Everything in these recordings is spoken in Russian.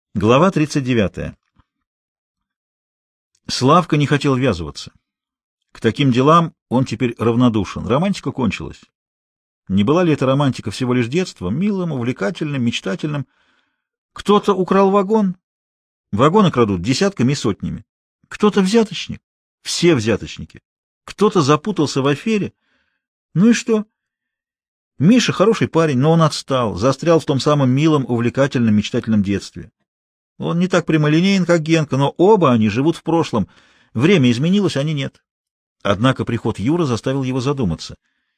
Глава 39. Славка не хотел ввязываться. К таким делам он теперь равнодушен. Романтика кончилась. Не была ли эта романтика всего лишь детством, милым, увлекательным, мечтательным? Кто-то украл вагон. Вагоны крадут десятками и сотнями. Кто-то взяточник. Все взяточники. Кто-то запутался в афере. Ну и что? Миша хороший парень, но он отстал, застрял в том самом милом, увлекательном, мечтательном детстве. Он не так прямолинеен, как Генка, но оба они живут в прошлом. Время изменилось, они нет. Однако приход Юры заставил его задуматься.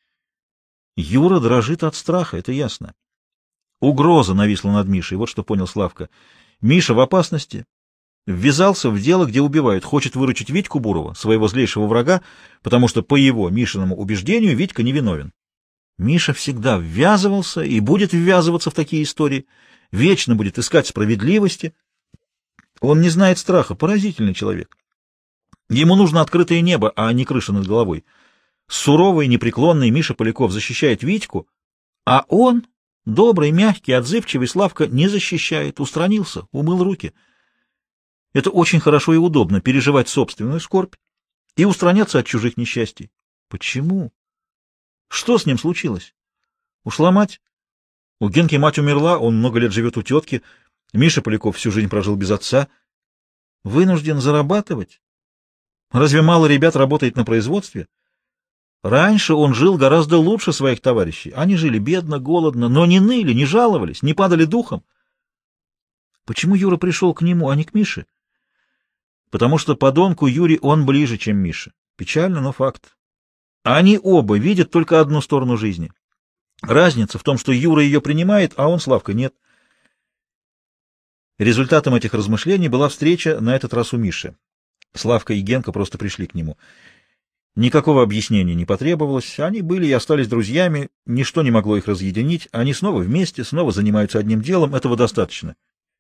Юра дрожит от страха, это ясно. Угроза нависла над Мишей, вот что понял Славка. Миша в опасности. Ввязался в дело, где убивают, хочет выручить Витьку Бурова, своего злейшего врага, потому что, по его, Мишиному убеждению, Витька невиновен. Миша всегда ввязывался и будет ввязываться в такие истории, вечно будет искать справедливости. Он не знает страха, поразительный человек. Ему нужно открытое небо, а не крыша над головой. Суровый, непреклонный Миша Поляков защищает Витьку, а он, добрый, мягкий, отзывчивый Славка, не защищает, устранился, умыл руки. Это очень хорошо и удобно — переживать собственную скорбь и устраняться от чужих несчастий. Почему? Что с ним случилось? Ушла мать? У Генки мать умерла, он много лет живет у тетки. Миша Поляков всю жизнь прожил без отца. Вынужден зарабатывать? Разве мало ребят работает на производстве? Раньше он жил гораздо лучше своих товарищей. Они жили бедно, голодно, но не ныли, не жаловались, не падали духом. Почему Юра пришел к нему, а не к Мише? Потому что подонку Юре он ближе, чем Миша. Печально, но факт. Они оба видят только одну сторону жизни. Разница в том, что Юра ее принимает, а он, Славка, нет. Результатом этих размышлений была встреча на этот раз у Миши. Славка и Генка просто пришли к нему. Никакого объяснения не потребовалось, они были и остались друзьями, ничто не могло их разъединить, они снова вместе, снова занимаются одним делом, этого достаточно.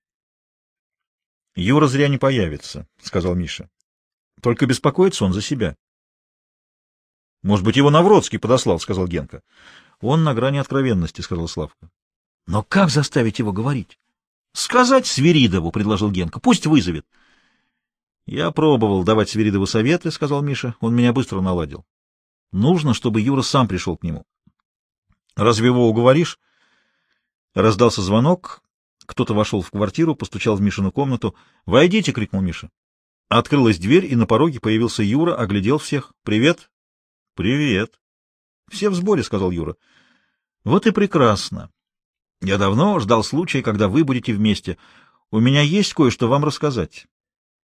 — Юра зря не появится, — сказал Миша. — Только беспокоится он за себя. — Может быть, его Навродский подослал, — сказал Генка. — Он на грани откровенности, — сказал Славка. — Но как заставить его говорить? — Сказать Свиридову, — предложил Генка. — Пусть вызовет. — Я пробовал давать Свиридову советы, — сказал Миша. Он меня быстро наладил. Нужно, чтобы Юра сам пришел к нему. — Разве его уговоришь? Раздался звонок. Кто-то вошел в квартиру, постучал в Мишину комнату. — Войдите! — крикнул Миша. Открылась дверь, и на пороге появился Юра, оглядел всех. — Привет! — Привет! — Все в сборе, — сказал Юра. — Вот и прекрасно. Я давно ждал случая, когда вы будете вместе. У меня есть кое-что вам рассказать.